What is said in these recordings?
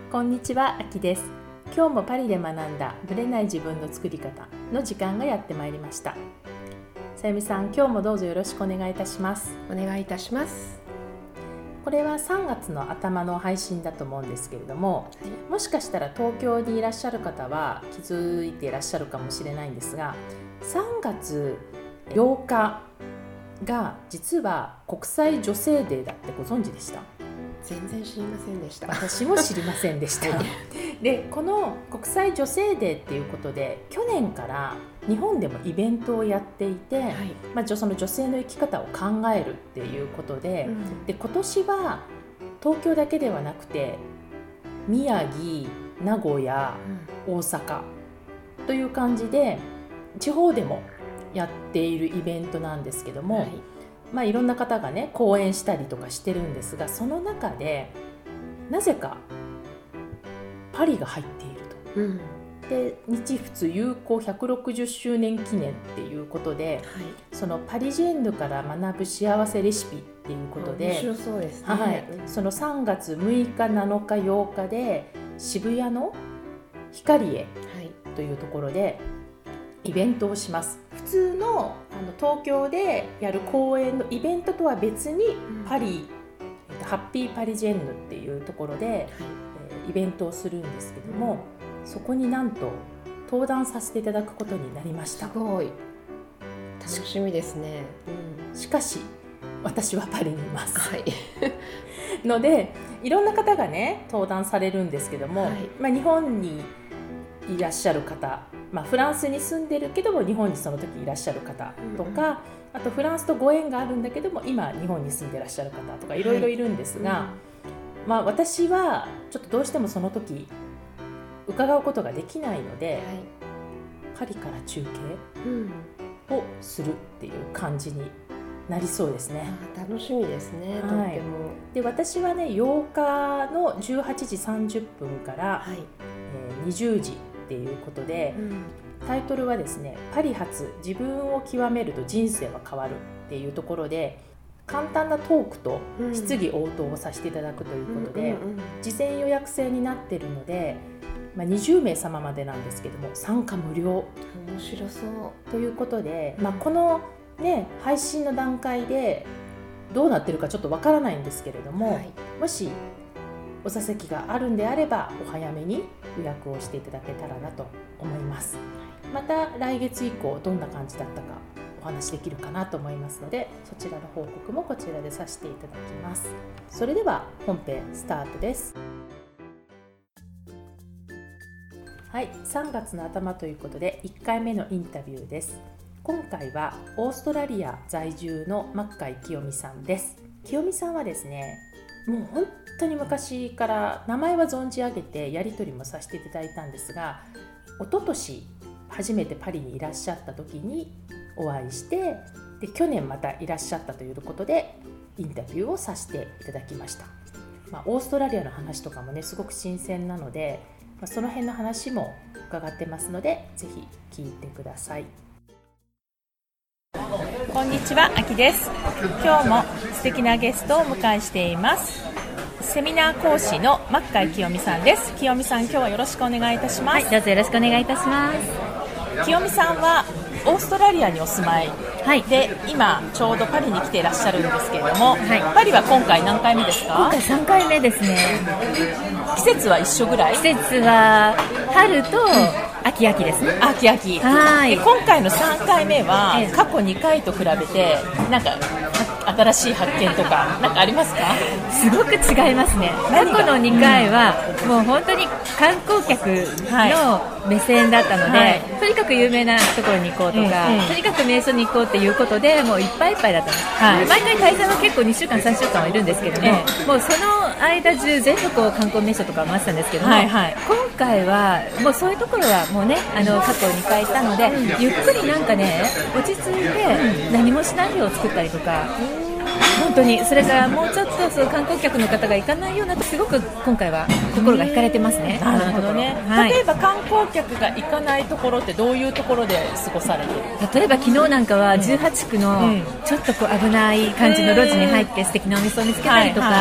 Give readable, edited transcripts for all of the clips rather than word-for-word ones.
こんにちは、あきです。今日もパリで学んだブレない自分の作り方の時間がやってまいりました。さゆみさん、今日もどうぞよろしくお願いいたします。 お願いいたします。 これは3月の頭の配信だと思うんですけれども、もしかしたら東京にいらっしゃる方は気づいていらっしゃるかもしれないんですが、3月8日が実は国際女性デーだってご存知でした？ 全然知りませんでした。 私も知りませんでした。で、この国際女性デーっていうことで去年から日本でもイベントをやっていて、その女性の生き方を考えるっていうことで、で今年は東京だけではなくて宮城、名古屋、大阪という感じで地方でもやっているイベントなんですけども、いろんな方がね講演したりとかしてるんですが、その中でなぜかパリが入っていると、で日仏友好160周年記念っていうことで、そのパリジェンヌから学ぶ幸せレシピっていうことで、 面白そうですね。 その3月6日7日8日で渋谷のヒカリエというところでイベントをします。普通の東京でやる公演のイベントとは別にパリ、ハッピーパリジェンヌっていうところで、イベントをするんですけども、そこになんと登壇させていただくことになりました。 すごい楽しみですね。 しかし私はパリにいます、のでいろんな方がね登壇されるんですけども、日本にいらっしゃる方、フランスに住んでるけども日本にその時いらっしゃる方とか、あとフランスとご縁があるんだけども今日本に住んでらっしゃる方とかいろいろいるんですが、私はちょっとどうしてもその時伺うことができないので、パリから中継をするっていう感じになりそうですね。 楽しみですね、とっても。 で、私はね8日の18時30分から、20時っていうことで、タイトルはですね、パリ発自分を極めると人生は変わるっていうところで、簡単なトークと質疑応答をさせていただくということで、事前予約制になっているので、20名様までなんですけども参加無料。 面白そうということで、このね配信の段階でどうなってるかちょっとわからないんですけれども、もしお座席があるんであればお早めに予約をしていただけたらなと思います。また来月以降どんな感じだったかお話できるかなと思いますので、そちらの報告もこちらでさせていただきます。それでは本編スタートです。3月の頭ということで1回目のインタビューです。今回はオーストラリア在住のマッカイ清美さんです。清美さんはですね、もう本当に昔から名前は存じ上げてやり取りもさせていただいたんですが、一昨年初めてパリにいらっしゃった時にお会いして、で去年またいらっしゃったということでインタビューをさせていただきました。オーストラリアの話とかもねすごく新鮮なので、その辺の話も伺ってますのでぜひ聞いてください。こんにちは、あきです。今日も素敵なゲストをお迎えしています。セミナー講師のマッカイ清美さんです。清美さん、今日はよろしくお願いいたします。 どうぞよろしくお願いいたします。 清美さんはオーストラリアにお住まいで、今ちょうどパリに来ていらっしゃるんですけれども、パリは今回何回目ですか？ 今回3回目ですね。 季節は一緒ぐらい？ 季節は春と秋ですね。 秋。今回の3回目は過去2回と比べてなんか新しい発見とかなんかありますか？ すごく違いますね。過去の2回はもう本当に観光客の目線だったので、とにかく有名なところに行こうとか、とにかく名所に行こうっていうことでもういっぱいいっぱいだったんです、毎回滞在は結構2週間3週間はいるんですけども、もうその間中全部こう観光名所とかを回ってたんですけども、今回はもうそういうところはもうね過去2回行ったので、ゆっくりなんかね落ち着いて何もしない日を作ったりとか、本当にそれからもうちょっとそう観光客の方が行かないようなと、すごく今回は心が惹かれてますね。 なるほどね、例えば観光客が行かないところってどういうところで過ごされてる？ 例えば昨日なんかは18区のちょっとこう危ない感じの路地に入って素敵なお店を見つけたりとか、あ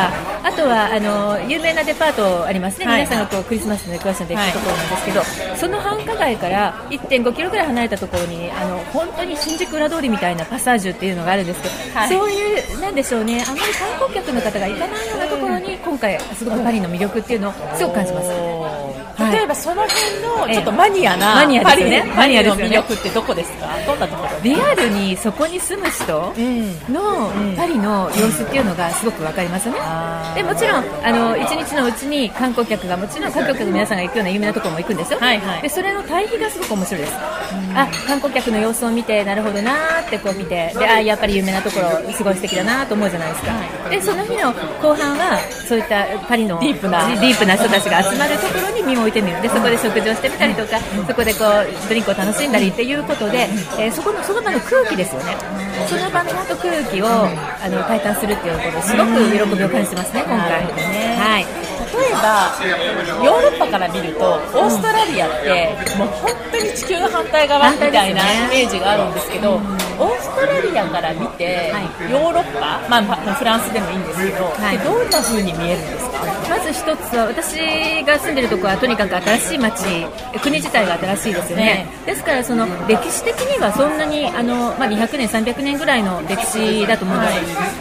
あとは有名なデパートありますね、皆さんがこうクリスマスの詳しいので行くところなんですけど、その繁華街から 1.5 キロぐらい離れたところに本当に新宿裏通りみたいなパサージュっていうのがあるんですけど、そういうなんでしょうね、あまり観光客の方が行かないようなところに今回すごくパリの魅力っていうのをすごく感じます。 例えばその辺のちょっとマニアなパリの魅力ってどこですか？どんなところ？ リアルにそこに住む人のパリの様子っていうのがすごくわかりますよね。でもちろん一日のうちに観光客がもちろん観光客の皆さんが行くような有名なところも行くんですよ。でそれの対比がすごく面白いです。観光客の様子を見てなるほどなーってこう見て、でやっぱり有名なところすごい素敵だなと思うじゃないですか。でその日の後半はそういったパリのディープな人たちが集まるところに身を置いてみる。でそこで食事をしてみたりとか、そこでこうドリンクを楽しんだりっていうことで、その場の空気ですよね。その場の本当空気を体感するっていうことですごく喜びを感じてますね、今回。 例えばヨーロッパから見るとオーストラリアってもう本当に地球の反対側みたいなイメージがあるんですけど、オーストラリアから見てヨーロッパ、フランスでもいいんですけど、どんな風に見えるんですか？ まず一つは私が住んでるところはとにかく新しい街、国自体が新しいですよね。ですからその歴史的にはそんなに200年300年ぐらいの歴史だと思うんです。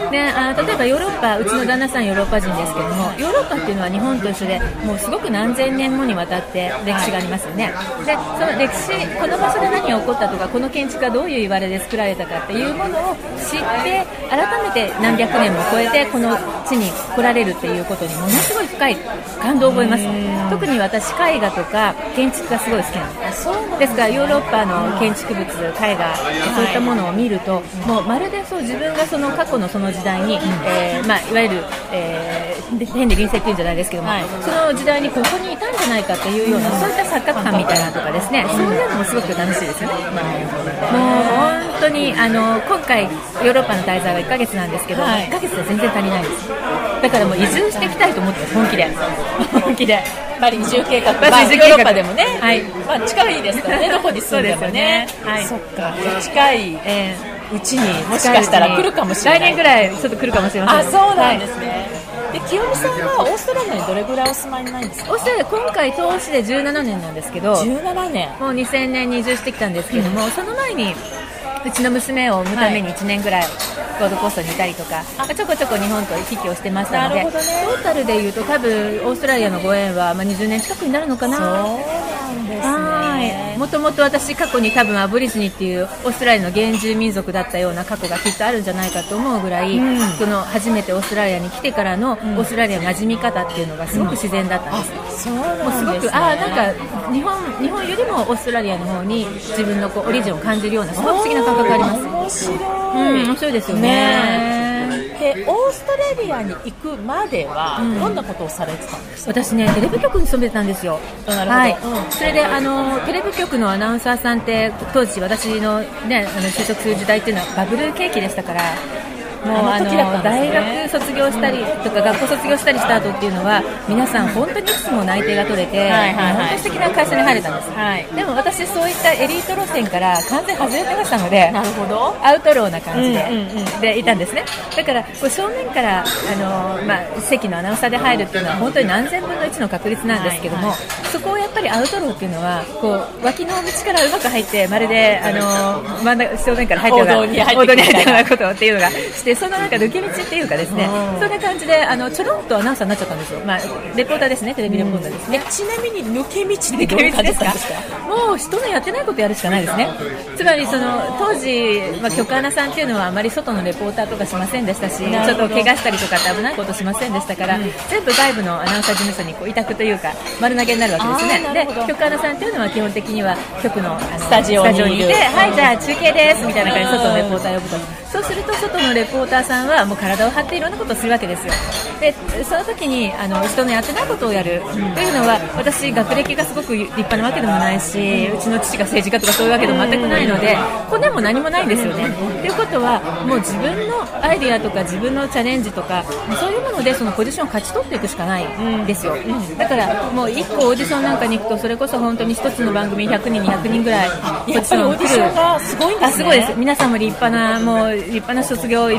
で例えばヨーロッパ、うちの旦那さんヨーロッパ人ですけども、ヨーロッパっていうのは日本と一緒でもうすごく何千年もにわたって歴史がありますよね。でその歴史、この場所で何が起こったとか、この建築がどういういわれで作られたかっていうものを知って改めて何百年も超えてこの地に来られるっていうことにものすごい深い感動を覚えます。特に私絵画とか建築がすごい好きなんです。ですからヨーロッパの建築物、絵画、そういったものを見るともうまるで自分がその過去のその時代に、いわゆる、変で臨世っていうんじゃないですけども、その時代にここにいたんじゃないかっていうようなそういった錯覚感みたいなとかですね、そういうのもすごく楽しいですよね。もう本当に今回ヨーロッパの滞在は1ヶ月なんですけど、1ヶ月で全然足りないです。だからもう移住していきたいと思って本気でパリ移住計画、ヨーロッパでもね、近いですからね、どこに住んでもね。そっか、近いうちにもしかしたら来るかもしれない。 来年ぐらいちょっと来るかもしれません。 そうなんですね。で清美さんはオーストラリアにどれぐらいお住まいになるんですか？ オーストラリア今回通しで17年なんですけど、 17年もう2000年に移住してきたんですけども、その前にうちの娘を産むために1年ぐらいゴールドコーストにいたりとか、ちょこちょこ日本と行き来をしてましたので、トータルでいうと多分オーストラリアのご縁は20年近くになるのかな。 そうなんですね。 もともと私過去に多分アボリジニっていうオーストラリアの原住民族だったような過去がきっとあるんじゃないかと思うぐらい、その初めてオーストラリアに来てからのオーストラリアの馴染み方っていうのがすごく自然だったんです。 そうなんですね。 もうすごくなんか日本よりもオーストラリアの方に自分のオリジンを感じるようなすごく不思議な感覚があります。面白いですよね。 でオーストラリアに行くまではどんなことをされてたんですか？ 私ね、テレビ局に勤めてたんですよ。それでテレビ局のアナウンサーさんって当時私の、就職する時代っていうのはバブル景気でしたから、もう大学卒業したりとか学校卒業したりした後っていうのは皆さん本当にいくつも内定が取れて、本当に素敵な会社に入れたんです。でも私そういったエリート路線から完全外れてましたので、 なるほど、 アウトローな感じでいたんですね。だからこう正面から席のアナウンサーで入るっていうのは本当に何千分の1の確率なんですけども、そこをやっぱりアウトローっていうのはこう脇の道からうまく入ってまるで正面から入ったような報道に入ったようなことっていうのがして、そのなんか抜け道っていうかですね、そんな感じでちょろんとアナウンサーになっちゃったんですよ。レポーターですね、テレビレポーターですね。 ちなみに抜け道ってどういう感じですか？ もう人のやってないことやるしかないですね。つまり当時、局アナさんっていうのはあまり外のレポーターとかしませんでしたし、ちょっと怪我したりとかって危ないことしませんでしたから、全部外部のアナウンサー事務所に委託というか丸投げになるわけですね。で局アナさんっていうのは基本的には局のスタジオにいて、はい、じゃあ中継ですみたいな感じで外のレポーターを呼ぶと、そうすると外のレポーターさんはもう体を張っていろんなことをするわけですよ。でその時に人のやってないことをやるというのは、私学歴がすごく立派なわけでもないし、うちの父が政治家とかそういうわけでも全くないので、骨も何もないんですよね。ということはもう自分のアイデアとか自分のチャレンジとかそういうものでそのポジションを勝ち取っていくしかないんですよ。だからもう1個オーディションなんかに行くとそれこそ本当に1つの番組100人200人ぐらいやっぱりオーディションがすごいんですね。 すごいです。皆さんも立派な卒業いろん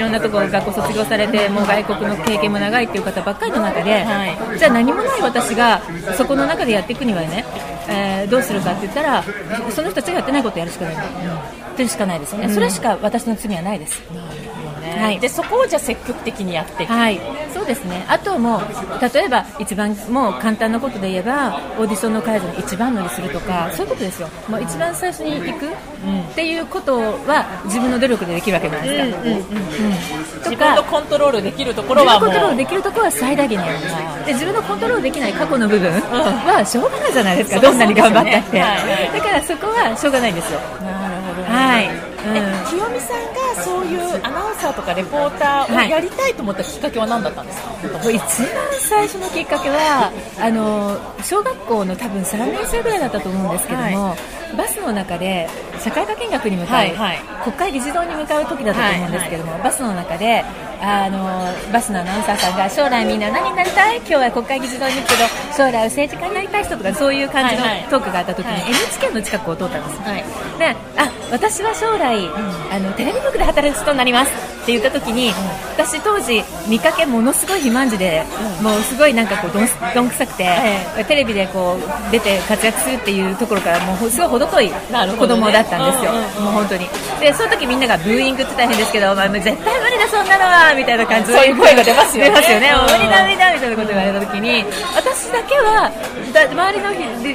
ろんなところ学校卒業されてもう外国の経験も長いっていう方ばっかりの中で、じゃあ何もない私がそこの中でやっていくにはね、どうするかって言ったらその人たちがやってないことをやるしかない、というしかないですよね、それしか私の罪はないです。 はい、でそこをじゃあ積極的にやっていく、 はい、そうですね。あとも例えば一番もう簡単なことで言えばオーディションの会場に一番乗りするとかそういうことですよ。もう一番最初に行くっていうことは自分の努力でできるわけじゃないですか。 自分のコントロールできるところはもう自分のコントロールできるところは最大限にやる。で自分のコントロールできない過去の部分はしょうがないじゃないですか、どんなに頑張ったって、だからそこはしょうがないんですよ。 なるほど、 はい。 清美さんがそういうアナウンサーとかレポーターをやりたいと思ったきっかけは何だったんですか？ 一番最初のきっかけは小学校の多分3年生ぐらいだったと思うんですけども、バスの中で社会科見学に向かう、国会議事堂に向かう時だったと思うんですけども、バスの中でバスのアナウンサーさんが将来みんな何になりたい？今日は国会議事堂に行くけど将来政治家になりたい人とかそういう感じのトークがあった時に NHK の近くを通ったんです、で私は将来、テレビ局で働く人になりますって言った時に、私当時見かけものすごい肥満児で、もうすごいなんかこうどんくさくて、テレビでこう出て活躍するっていうところからもうすごい程遠い子供だったんですよ、もう本当に。でその時みんながブーイングって大変ですけど、絶対無理だそんなのはみたいな感じでそういう声が出ますよね。無理だ無理だみたいなことを言われた時に、私だけは周りの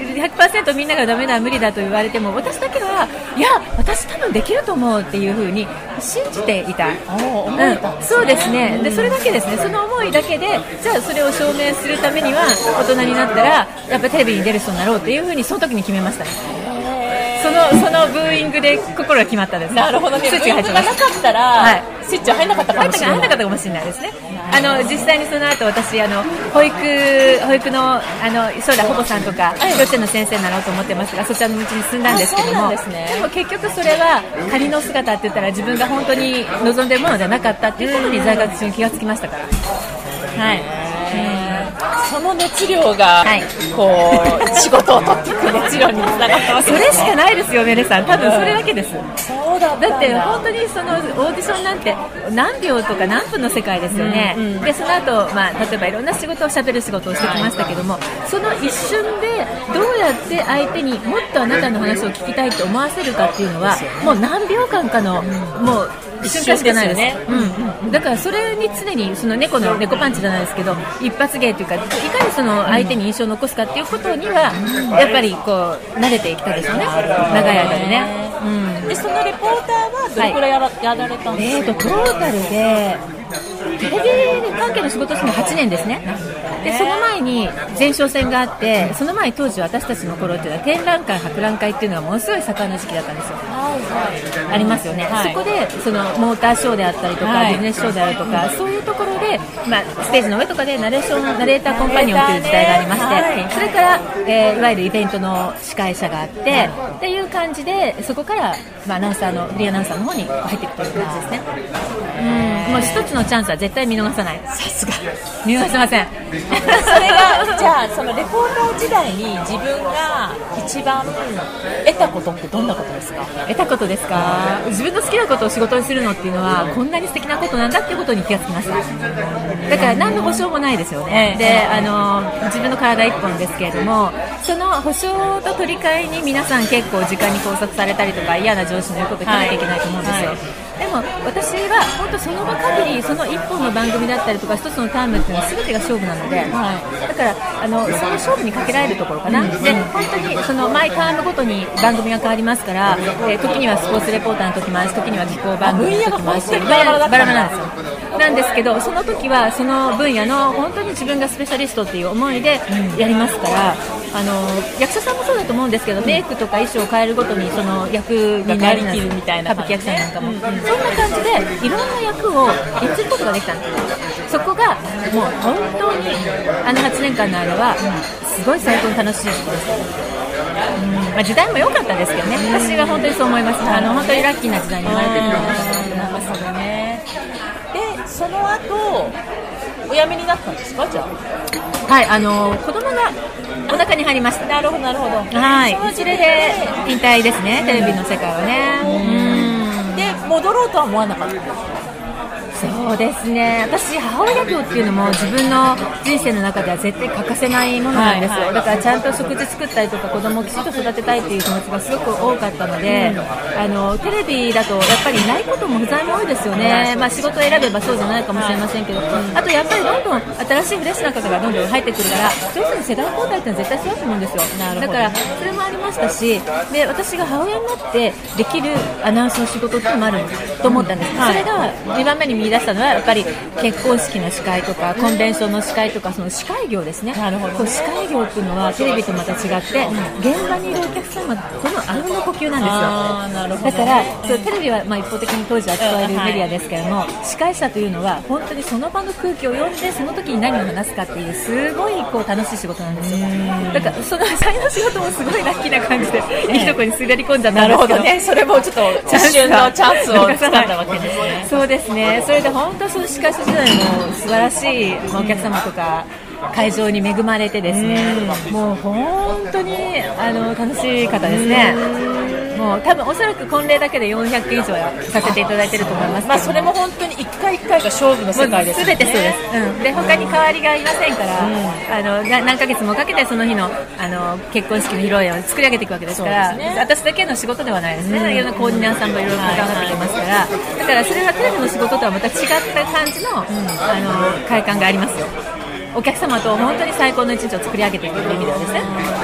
100% みんながダメだ無理だと言われても、私だけはいや私多分できると思うっていう風に信じていた。そうですね。でそれだけですね。その思いだけで、じゃあそれを証明するためには大人になったらやっぱテレビに出る人になろうっていう風にその時に決めましたね。そのブーイングで心が決まったんです。 なるほどね。スイッチが入ってました。ブーイングがなかったら、スイッチは入らなかったかもしれない。 入らなかったかもしれないですね。実際にその後私保育の将来保護さんとか幼稚園の先生になろうと思ってますが、そちらの道に進んだんですけども、でも結局それは仮の姿って言ったら自分が本当に望んでるものじゃなかったっていうことに在学中に気がつきましたから。はい。 その熱量が、こう仕事を取っていく熱量につながったわけですね。 それしかないですよ、メレさん。多分それだけです。 そうだって本当にそのオーディションなんて何秒とか何分の世界ですよね。でその後、例えばいろんな仕事を喋る仕事をしてきましたけども、その一瞬でどうやって相手にもっとあなたの話を聞きたいと思わせるかっていうのはもう何秒間かのもう瞬間しかないですね。だからそれに常にその猫パンチじゃないですけど一発芸というか、いかにその相手に印象を残すかっていうことにはやっぱりこう慣れていきたいですよね、長い間でね。 でそのレポーターはどれくらいやられたんですか？ トータルでテレビ関係の仕事をするの8年ですね。でその前に前哨戦があって、その前当時私たちの頃っていうのは展覧会博覧会っていうのがものすごい盛んな時期だったんですよ。ありますよね。そこでそのモーターショーであったりとか、ビジネスショーであるとか、そういうところで、ステージの上とかでナレーターコンパニオンという時代がありまして、それから、いわゆるイベントの司会者があってっていう感じで、そこから、アナウンサーのフリーアナウンサーの方に入っていくという感じですね。もう一つのチャンスは絶対見逃さない。 さすが見逃せません。 それがじゃあそのレポーター時代に自分が一番得たことってどんなことですか？ 得たことですか？自分の好きなことを仕事にするのっていうのはこんなに素敵なことなんだっていうことに気がつきました。だから何の保証もないですよね。で自分の体一本ですけれども、その保証と取り替えに皆さん結構時間に拘束されたりとか嫌な上司の言うことを聞かなきゃいけないと思うんですよ。でも私は本当その場限りその一本の番組だったりとか一つのタームっていうのは全てが勝負なので、だからその勝負にかけられるところかな。で本当にその毎タームごとに番組が変わりますから、時にはスポーツレポーターの時もあるし、時には気候番組の時もあるし、バラバラなんですよ。なんですけど、その時はその分野の本当に自分がスペシャリストっていう思いでやりますから、役者さんもそうだと思うんですけど、メイクとか衣装を変えるごとにその役になりきるみたいな、歌舞伎役者なんかも、そんな感じでいろんな役を演じることができたんです。そこがもう本当に8年間の間はすごい最高に楽しい時期でした。時代も良かったですけどね、私は本当にそう思います。本当にラッキーな時代に生まれてるのかなと思います。 でその後お辞めになったんですか？じゃあはい、子供がお腹に入りました。 なるほどなるほど。 はい、それで引退ですね、テレビの世界はね。 で戻ろうとは思わなかった？ そうですね、私母親業っていうのも自分の人生の中では絶対欠かせないものなんですよ、だからちゃんと食事作ったりとか子供をきちんと育てたいっていう気持ちがすごく多かったので、テレビだとやっぱりないことも不在も多いですよね、仕事を選べばそうじゃないかもしれませんけど、あとやっぱりどんどん新しいフレッシュな方がどんどん入ってくるから上手に世代交代っていうのは絶対そうだと思うんですよ。だからそれもありましたし、で私が母親になってできるアナウンスの仕事っていうのもあると思ったんです、それが2番目に見出したのはやっぱり結婚式の司会とかコンベンションの司会とかその司会業ですね。司会業っていうのはテレビとまた違って現場にいるお客様とのあうんの呼吸なんですよ。だからそうテレビは一方的に当時扱えるメディアですけれども、司会者というのは本当にその場の空気を読んでその時に何を話すかっていうすごい楽しい仕事なんですよ。だからその最の仕事もすごいラッキーな感じでいいところに滑り込んじゃったんですけど、なるほどね、 それもちょっと一瞬のチャンスを掴んだわけですね。 そうですね、それで本当その司会者時代も素晴らしいお客様とか会場に恵まれてですね、もう本当に楽しい方ですね。もう多分おそらく婚礼だけで400件以上させていただいていると思いますけど、 それも本当に一回一回が勝負の世界ですね。 全てそうです、で他に代わりがいませんから、何ヶ月もかけてその日の結婚式の披露宴を作り上げていくわけですから、私だけの仕事ではないですね、いろんなコーディネーターさんもいろいろ関わってきますから、だからそれはテレビの仕事とはまた違った感じの、快感がありますよ。お客様と本当に最高の一日を作り上げていくという意味ではですね。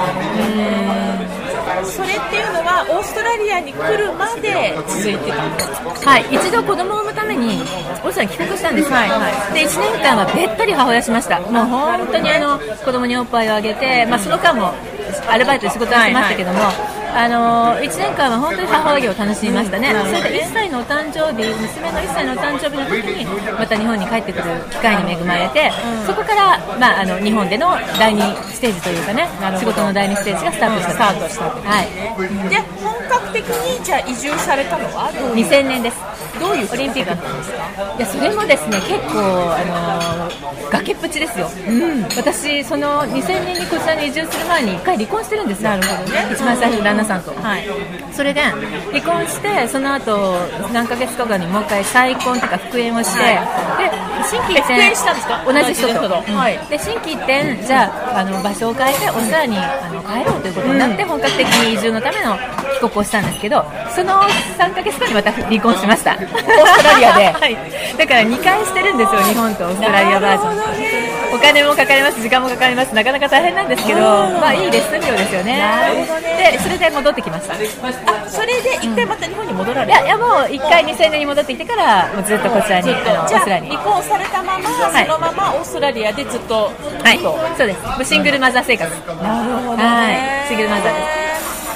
それっていうのはオーストラリアに来るまで続いてたんですか？ はい、一度子供を産むためにオーストラリアに帰国したんです、で1年間はべったり母親しました。もう本当に子供におっぱいをあげて、その間もアルバイトで仕事をしてましたけども、1年間は本当に母親業を楽しみましたね、それで1歳のお誕生日、娘の1歳のお誕生日の時にまた日本に帰ってくる機会に恵まれて、そこから、日本での第2ステージというかね、仕事の第2ステージがスタートした。 で本格的にじゃあ移住されたのは 2000年です。 どういうオリンピックだったんですか？ いやそれもですね結構崖っぷちですよ、私その2000年にこちらに移住する前に1回離婚してるんですよ。なるほどね。一番最初の旦那さんと、それで離婚してその後何ヶ月かにもう一回再婚というか復縁をして、で心機一転復縁したんですか？ 同じ人と、で心機一転じゃあ場所を変えてオーストラリアに帰ろうということになって、本格的に移住のための帰国をしたんですけど、その3ヶ月後にまた離婚しましたオーストラリアで、だから2回してるんですよ、日本とオーストラリアバージョン。お金もかかります、時間もかかります、なかなか大変なんですけど、いいレッスン料ですよね。でそれで戻ってきました。 それで1回また日本に戻られいやもう1回2000年に戻ってきてからもうずっとこちらにじゃあ離婚されたまま、そのままオーストラリアでずっと、 そうです。シングルマザー生活。 なるほどね、 シングルマザーです。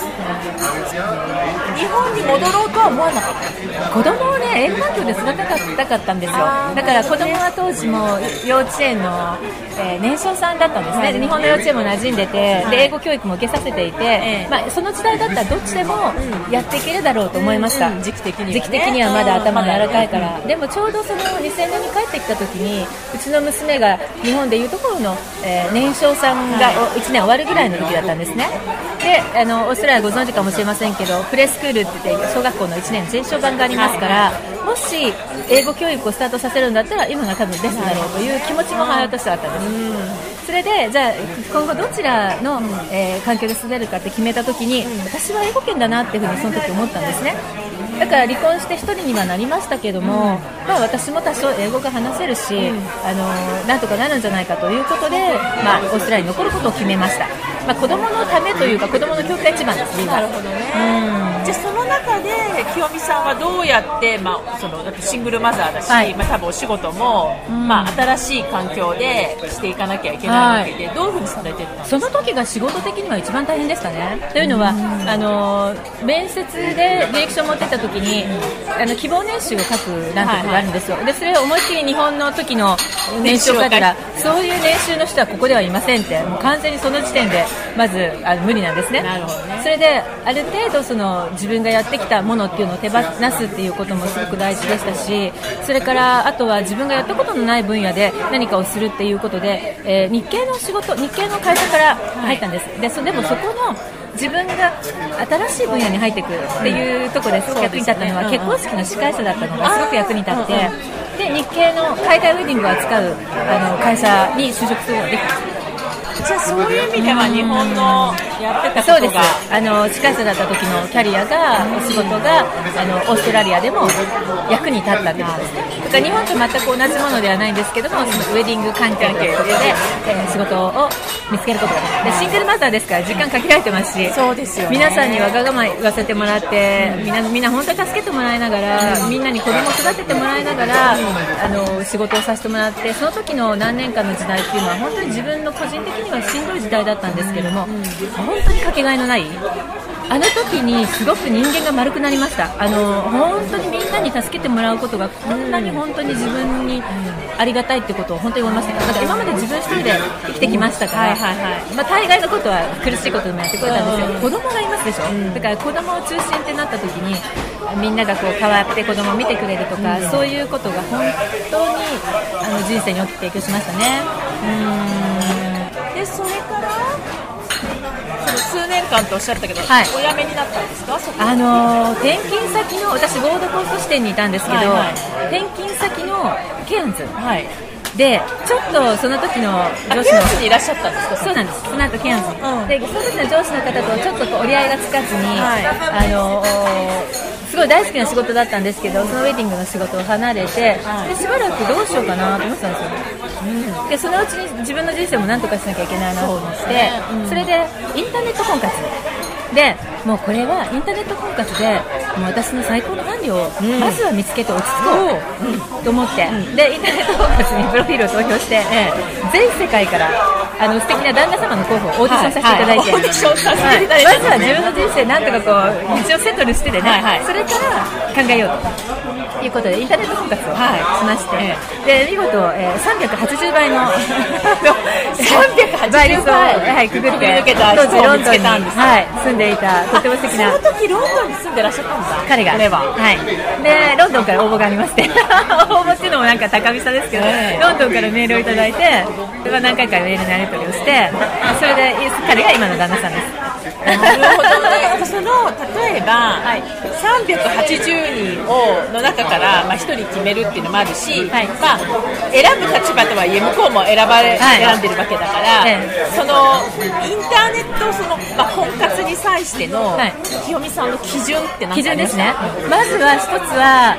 日本に戻ろうとは思わなかった。 子供をね、英語環境で育てたかったんですよ。だから子供は当時も幼稚園の、年少さんだったんですね。日本の幼稚園も馴染んでて、で英語教育も受けさせていて、その時代だったらどっちでもやっていけるだろうと思いました。時期的にはまだ頭が柔らかいから。でもちょうどその2000年に帰ってきた時にうちの娘が日本でいうところの、年少さんが1年終わるぐらいの時だったんですね。でオーストラリアご存知かもしれませんけど、プレスクールって言って小学校の1年前哨版がありますから、もし英語教育をスタートさせるんだったら今が多分ベストだろうという気持ちも母親としてはあったんです。それでじゃあ今後どちらの、環境で育てるかって決めた時に、私は英語圏だなっていうふうにその時思ったんですね。だから離婚して一人にはなりましたけども、私も多少英語が話せるし、なんとかなるんじゃないかということで、オーストラリアに残ることを決めました。子供のためというか子供の教育が一番です。 なるほどね。じゃあその中で清美さんはどうやって、そのだってシングルマザーだし、多分お仕事も、新しい環境でしていかなきゃいけないわけで、どういうふうにされてたんですか？ その時が仕事的には一番大変でしたね。というのは面接で履歴書を持っていった時に希望年収を書くなんてことがあるんですよ。でそれを思いっきり日本の時の年収を書いたら、そういう年収の人はここではいませんって、もう完全にその時点でまず無理なんですね。 なるほどね。 それである程度その自分がやってきたものっていうのを手放すっていうこともすごく大事でしたし、それからあとは自分がやったことのない分野で何かをするっていうことで、日系の会社から入ったんです、でもそこの自分が新しい分野に入っていくっていうところですごく役に立ったのは、結婚式の司会者だったのがすごく役に立って、で日系の海外ウェディングを扱う会社に就職することができた。 じゃあそういう意味では日本のやってたことが、 そうです。司会者だった時のキャリアが、お仕事がオーストラリアでも役に立ったってことですね。だから日本と全く同じものではないんですけども、そのウェディング関係ということで、仕事を見つけることができる。シングルマザーですから時間限られてますし、 そうですよね、 皆さんにわがまま言わせてもらって、みんな本当に助けてもらいながら、みんなに子供を育ててもらいながら、仕事をさせてもらって、その時の何年間の時代っていうのは本当に自分の個人的にはしんどい時代だったんですけども、本当にかけがえのない、あの時にすごく人間が丸くなりました。本当にみんなに助けてもらうことがこんなに本当に自分にありがたいってことを本当に思いました。だから今まで自分一人で生きてきましたから、大概のことは苦しいことでもやってくれたんですよ。子供がいますでしょ、だから子供を中心ってなった時にみんながこう変わって子供を見てくれるとか、そういうことが本当に人生に大きく影響しましたね。 でそれから数年間とおっしゃったけど、お辞めになったんですか？ 転勤先の、私ゴールドコースト支店にいたんですけど、転勤先のケアンズ、でちょっとその時の上司のにいらっしゃったんですか？ そうなんです。その後ケアンズ、でその時の上司の方とちょっと折り合いがつかずに、すごい大好きな仕事だったんですけど、そのウェディングの仕事を離れて、でしばらくどうしようかなと思ってたんですよ、でそのうちに自分の人生も何とかしなきゃいけないなと思って、それでインターネット婚活で、もうこれはインターネット婚活でもう私の最高の伴侶をまずは見つけて落ち着こうと思って、でインターネット婚活にプロフィールを投票して、全世界から素敵な旦那様の候補をオーディションさせていただいて、 オーディションさせていただいて、 まずは自分の人生なんとかこう一応セトルしてでね、それから考えようということでインターネット婚活をしまして、で見事、380倍の倍率を、くぐって抜けた人を見つけたんです、 住んでいたとても素敵な、 その時ロンドンに住んでらっしゃったんだ、 彼が、でロンドンから応募がありまして応募っていうのもなんか高飛車ですけど、ロンドンからメールをいただいて、何回かメールのやり取りをして、それで彼が今の旦那さんです。 なるほどね。その例えば、380人の中から、1人決めるっていうのもあるし、選ぶ立場とはいえ向こうも選んでるわけだから、そのインターネット婚活に際しての、清美さんの基準って何かありますか？基準ですね。 まずは一つは、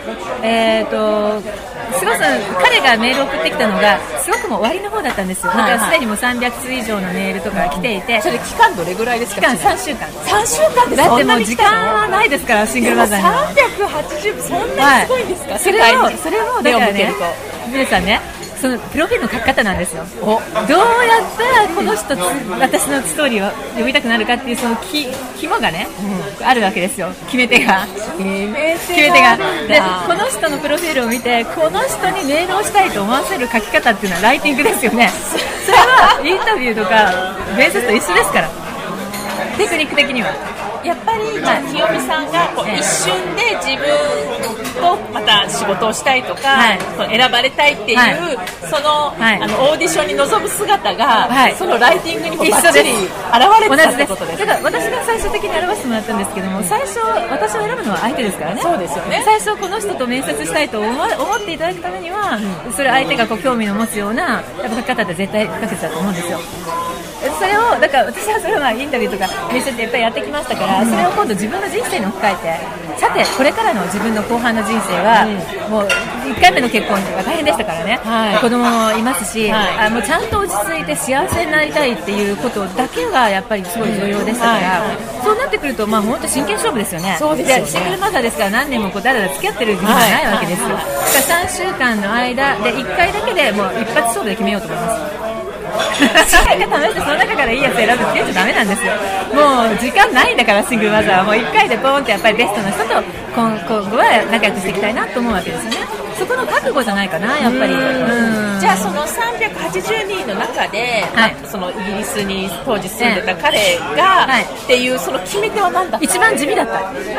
すごく彼がメールを送ってきたのがすごくもう終わりの方だったんですよ。だからすでにもう300通以上のメールとかが来ていて、 それ期間どれぐらいですか？ 期間3週間。 3週間でだってもう時間はないですから、シングルマザーには。 380、そんなにすごいんですか？ それをだからね、皆さんね、そのプロフィールの書き方なんですよ。どうやったらこの人私のストーリーを読みたくなるかっていうその肝がね、あるわけですよ。決め手がで、この人のプロフィールを見てこの人にメールをしたいと思わせる書き方っていうのはライティングですよね。それはインタビューとか面接と一緒ですから、テクニック的にはやっぱり清美さんが一瞬で自分とまた仕事をしたいとか、選ばれたいっていう、その、オーディションに臨む姿が、そのライティングにもバッチリ現れてたってことです。 だから私が最終的に表してもらったんですけども、最初私を選ぶのは相手ですからね。 そうですよね。 最初この人と面接したいと思っていただくためには、それ相手が興味の持つようなやっぱ書き方って絶対不可欠だと思うんですよ。それをだから私はそれはインタビューとか面接ってやっぱりやってきましたから、それを今度自分の人生に置き換えて、さてこれからの自分の後半の人生は、もう1回目の結婚が大変でしたからね、子供もいますし、もうちゃんと落ち着いて幸せになりたいっていうことだけがやっぱりすごい重要でしたから、そうなってくると本当真剣勝負ですよね。 そうですよね。 シングルマザーですから何年もだらだら付き合ってる時期がないわけですよ。だから3週間の間で1回だけでもう一発勝負で決めようと思います。試してその中からいいやつ選ぶって言っちゃダメなんですよ。もう時間ないんだから、シングルマザーはもう1回でポーンってやっぱりベストな人と今後は仲良くしていきたいなと思うわけですよね。 そこの覚悟じゃないかなやっぱり。 じゃあその380人の中で、そのイギリスに当時住んでた彼が、っていうその決め手は何だった？ 一番地味だった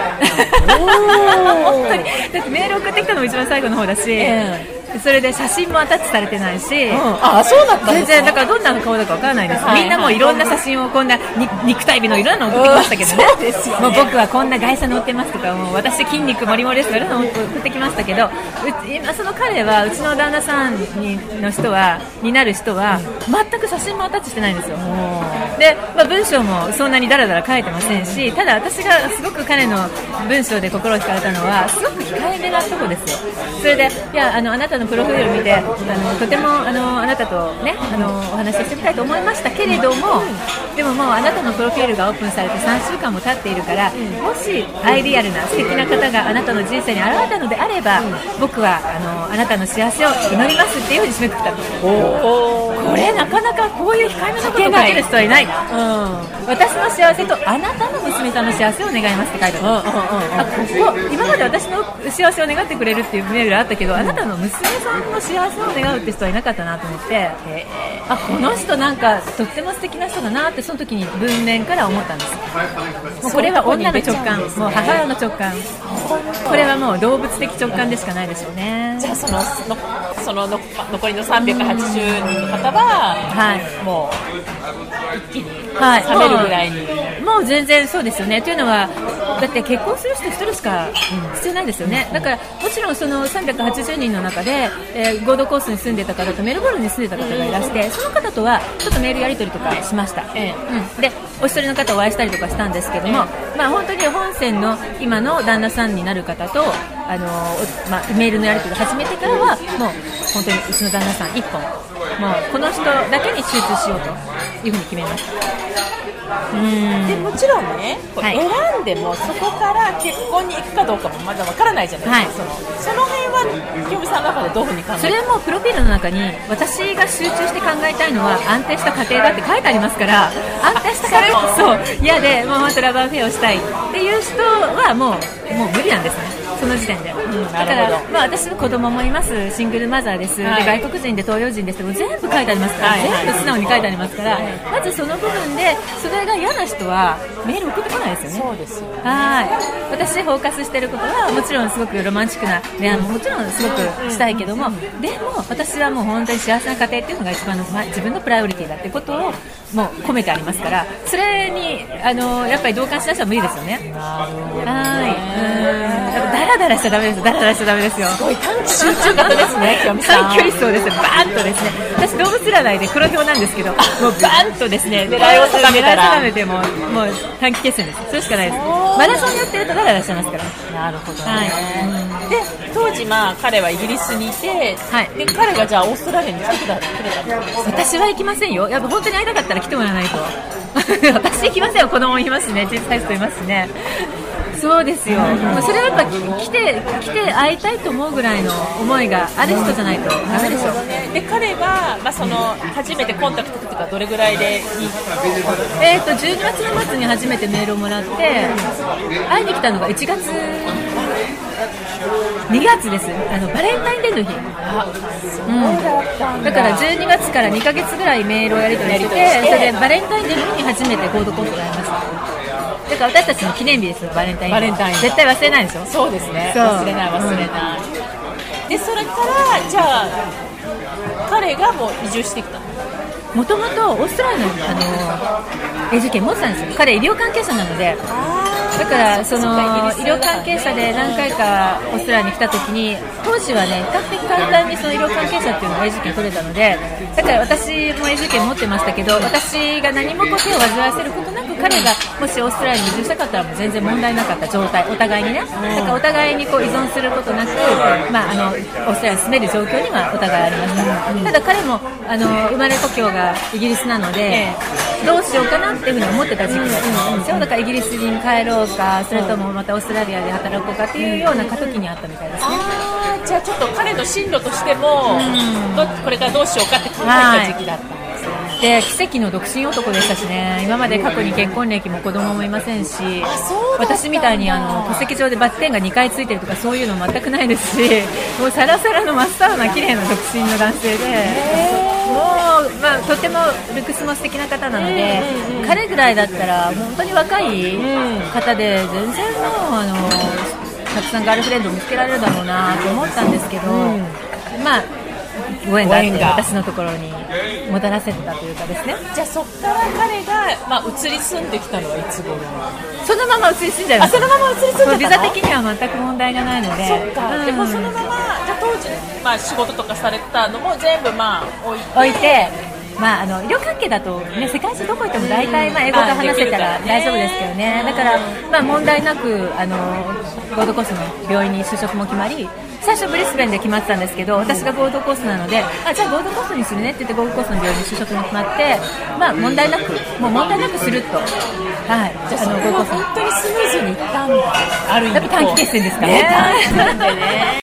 本当にだってメール送ってきたのも一番最後の方だし、それで写真もアタッチされてないし、 そうだったんですか？ 全然だからどんな顔だかわからないです、みんなもういろんな写真をこんな肉体美のいろんなの送ってきましたけどね、 そうですよね、 もう僕はこんな外車乗ってますとか、もう私筋肉もりもりですとかいろんなの送ってきましたけど、今その彼はうちの旦那さんの人はになる人は全く写真もアタッチしてないんですよ。で、文章もそんなにダラダラ書いてませんし、ただ私がすごく彼の文章で心を惹かれたのはすごく控えめなとこですよ。それでいやあなたのプロフィールを見てとてもあなたとねお話ししてみたいと思いましたけれども、でももうあなたのプロフィールがオープンされて3週間も経っているから、もしアイディアルな素敵な方があなたの人生に現れたのであれば、僕はあなたの幸せを祈りますっていうふうに締めくくったんです。これなかなかこういう控えめなことを書ける人はいない、私の幸せとあなたの娘さんの幸せを願いますって書いてある。今まで私の幸せを願ってくれるっていうメールがあったけど、あなたの娘さんの幸せを願うって人はいなかったなと思って、この人なんかとっても素敵な人だなってその時に文面から思ったんです。もうこれは女の直感、もう母親の直感、これはもう動物的直感でしかないでしょうね。 じゃあその残りの380人の方は、もう一気に冷めるぐらいに、 もう全然そうですよね。というのはだって結婚する人1人しか必要ないですよね。だからもちろんその380人の中で、ゴールドコースに住んでた方とメルボルンに住んでた方がいらして、その方とはちょっとメールやり取りとかしました、でお一人の方お会いしたりとかしたんですけども、本当に本線の今の旦那さんになる方とメールのやり取りを始めてからはもう本当にうちの旦那さん1本、もうこの人だけに集中しようというふうに決めました。 でもちろんね、選んでもそこから結婚に行くかどうかもまだわからないじゃないですか、その辺は清美さんの中でどういうふうに考えて？ それもプロフィールの中に私が集中して考えたいのは安定した家庭だって書いてありますから、安定した家庭嫌でもう本当ラバーフェアをしたいっていう人はもう無理なんですね、その時点で。だから、私の子供もいます、シングルマザーです、で外国人で東洋人ですって全部書いてありますから、全部素直に書いてありますから、まずその部分でそれが嫌な人はメール送ってこないですよね。 そうですよね。 私フォーカスしてることはもちろんすごくロマンチックな恋愛ももちろんすごくしたいけども、でも私はもう本当に幸せな家庭っていうのが一番の、自分のプライオリティだってことをもう込めてありますから、それにやっぱり同感しな人は無理ですよね。ダラダラしちゃダメです。ダラダラしちゃダメですよ。 すごい短期集中型ですね、清美さん。 短距離走ですね。バーンとですね。私動物占いで黒豹なんですけど、もうバーンとですね。 狙いを定めたら。 定めてもう短期決戦です。それしかないです。マラソンやってるとダラダラしちゃいますから。 なるほどね。で当時彼はイギリスにいて、で彼がじゃあオーストラリアに来てくれたんですか？ 私は行きませんよ。やっぱ本当に会いたかったら来てもらわないと。私行きませんよ。子供もいますしね。小さい人いますしね。そうですよ。それはやっぱ来て会いたいと思うぐらいの思いがある人じゃないとダメでしょ。 で彼はその初めてコンタクトとかどれぐらいで 12月の末に初めてメールをもらって会いに来たのが1月2月です。バレンタインデーの日。だから12月から2ヶ月ぐらいメールをやり取りして、それでバレンタインデーの日に初めてゴールドコーストがありました。だから私たちの記念日ですよ、バレンタイン。絶対忘れないでしょ。 そうですね。忘れない。でそれからじゃあ彼がもう移住してきた。 もともとオーストラリアの永住権持ってたんですよ。彼医療関係者なので。だからその医療関係者で何回かオーストラリアに来た時に、当時はね比較的簡単にその医療関係者っていうのが永住権取れたので、だから私も永住権持ってましたけど、私が何も手を煩わせることなく彼がもしオーストラリアに移住したかったらもう全然問題なかった状態、お互いにね。だからお互いに依存することなく、オーストラリアに住める状況にはお互いありました。ただ彼も生まれ故郷がイギリスなので、どうしようかなっていうふうに思ってた時期だったんですよ。だからイギリスに帰ろうか、それともまたオーストラリアで働こうかっていうような過渡期にあったみたいですね。 じゃあちょっと彼の進路としても、これからどうしようかって考えた時期だったんですね。 で奇跡の独身男でしたしね、今まで過去に結婚歴も子供もいませんし、私みたいに戸籍上でバッテンが2回ついてるとかそういうの全くないですし、もうサラサラの真っ青な綺麗な独身の男性で、もう、とてもルックスも素敵な方なので、彼ぐらいだったら本当に若い方で全然もうたくさんガールフレンドを見つけられるだろうなと思ったんですけど、ご縁があって私のところにもたらせてたというかですね。 じゃあそっから彼が、移り住んできたのはいつ頃？ そのまま移り住んじゃいました。 そのまま移り住んでたの？ ビザ的には全く問題がないので。 そっか、でもそのままじゃあ当時、仕事とかされたのも全部置いて医療関係だと、ね、世界中どこ行っても大体英語が話せたら大丈夫ですけどね。だから、問題なくゴールドコーストの病院に就職も決まり、最初ブリスベンで決まってたんですけど、私がゴールドコーストなので、じゃあゴールドコーストにするねって言ってゴールドコーストの病院に就職も決まって、問題なくスルッと、はい、 じゃあそれは本当にスムーズにいったんだ。ある意味やっぱ短期決戦ですかね。 なんでね。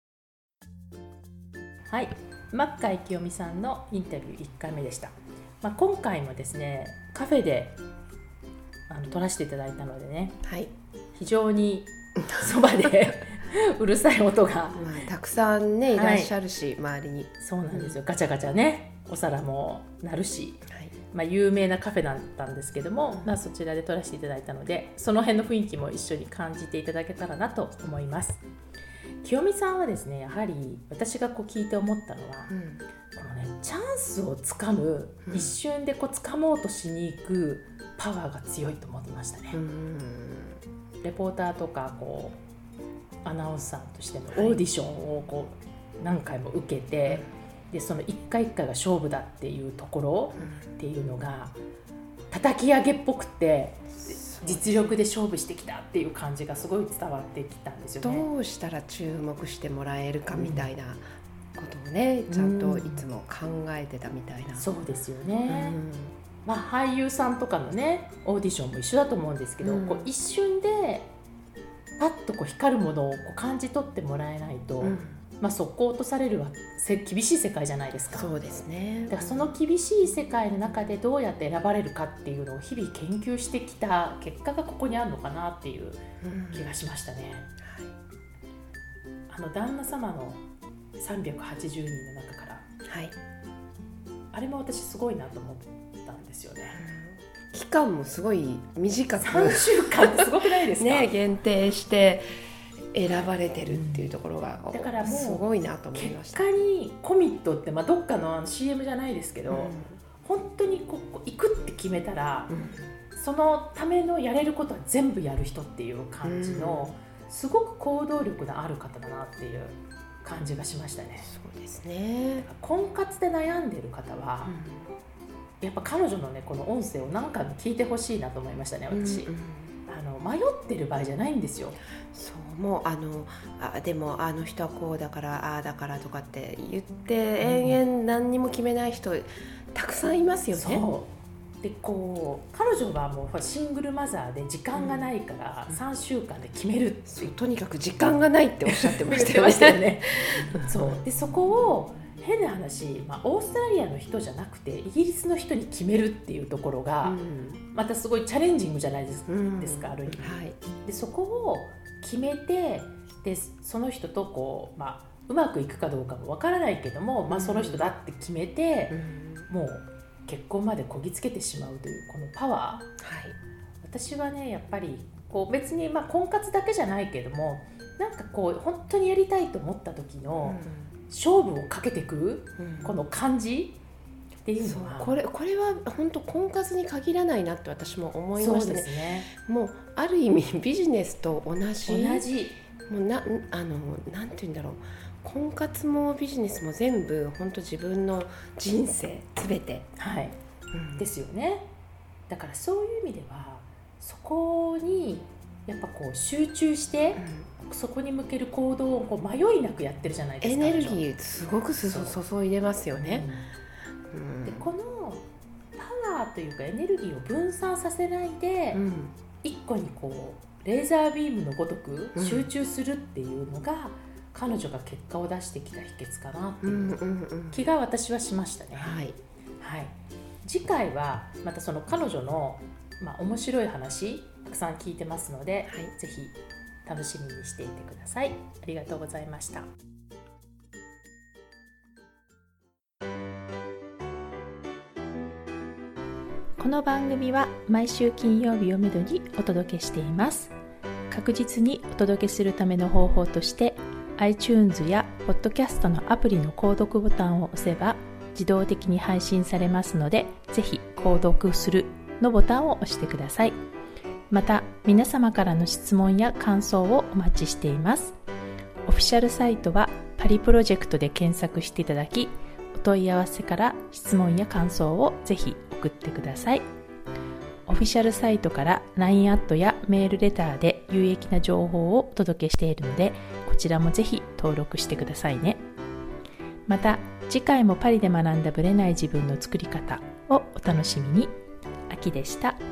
はい、真っ赤清美さんのインタビュー1回目でした。今回もですね、カフェで撮らせていただいたのでね、 はい、 非常にそばでうるさい音が、 たくさんねいらっしゃるし、周りに。 そうなんですよ、ガチャガチャね、お皿も鳴るし、有名なカフェだったんですけども、そちらで撮らせていただいたので、その辺の雰囲気も一緒に感じていただけたらなと思います。清美さんはですね、やはり私が聞いて思ったのは、このね、チャンスをつかむ、一瞬でつかもうとしに行くパワーが強いと思ってましたね。レポーターとかアナウンサーとしてのオーディションを何回も受けて、でその一回一回が勝負だっていうところっていうのが叩き上げっぽくて、実力で勝負してきたっていう感じがすごい伝わってきたんですよね。 どうしたら注目してもらえるかみたいなことをね、ちゃんといつも考えてたみたいな。 そうですよね。俳優さんとかのねオーディションも一緒だと思うんですけど、一瞬でパッと光るものを感じ取ってもらえないと、速攻落とされるは厳しい世界じゃないですか。 そうですね。 だからその厳しい世界の中でどうやって選ばれるかっていうのを日々研究してきた結果がここにあるのかなっていう気がしましたね。旦那様の380人の中から、あれも私すごいなと思ったんですよね。 期間もすごい短く、 3週間ってすごくないですか？ ね、限定して選ばれてるっていうところが、 だからもうすごいなと思いました。 結果にコミットって、どっかのCM じゃないですけど、本当に行くって決めたら、そのためのやれることは全部やる人っていう感じの、すごく行動力のある方だなっていう感じがしましたね。 そうですね。 婚活で悩んでる方は、やっぱ彼女のねこの音声を何回も聞いてほしいなと思いましたね、私。迷ってる場合じゃないんですよ。 そうもうでも人はこうだからだからとかって言って延々何にも決めない人たくさんいますよね。 そうで彼女はもうシングルマザーで時間がないから3週間で決めるってとにかく時間がないっておっしゃってましたよね。 そうでそこを変な話、オーストラリアの人じゃなくてイギリスの人に決めるっていうところが、またすごいチャレンジングじゃないですか、ある意味。でそこを決めて、でその人とうまくいくかどうかもわからないけども、その人だって決めて、もう結婚までこぎつけてしまうというこのパワー、私はねやっぱり別に婚活だけじゃないけども、なんか本当にやりたいと思った時の、勝負をかけてくる、この感じっていうのは、 これは本当婚活に限らないなって私も思いましたね。 そうですね。 もうある意味ビジネスと同じもうなんていうんだろう、婚活もビジネスも全部本当自分の人生すべて、 ですよね。だからそういう意味ではそこにやっぱ集中して、そこに向ける行動を迷いなくやってるじゃないですか。 エネルギーすごく注いでますよね。 でこのパワーというかエネルギーを分散させないで、一個にレーザービームのごとく集中するっていうのが、彼女が結果を出してきた秘訣かなっていう気が私はしましたね。 次回はまたその彼女の、面白い話たくさん聞いてますので、ぜひ楽しみにしていてください。ありがとうございました。この番組は毎週金曜日をめどにお届けしています。確実にお届けするための方法として iTunes や Podcast のアプリの購読ボタンを押せば自動的に配信されますので、ぜひ購読するのボタンを押してください。また皆様からの質問や感想をお待ちしています。オフィシャルサイトはパリプロジェクトで検索していただき、お問い合わせから質問や感想をぜひ送ってください。オフィシャルサイトから LINE アットやメールレターで有益な情報をお届けしているので、こちらもぜひ登録してくださいね。また次回もパリで学んだブレない自分の作り方をお楽しみに。あきでした。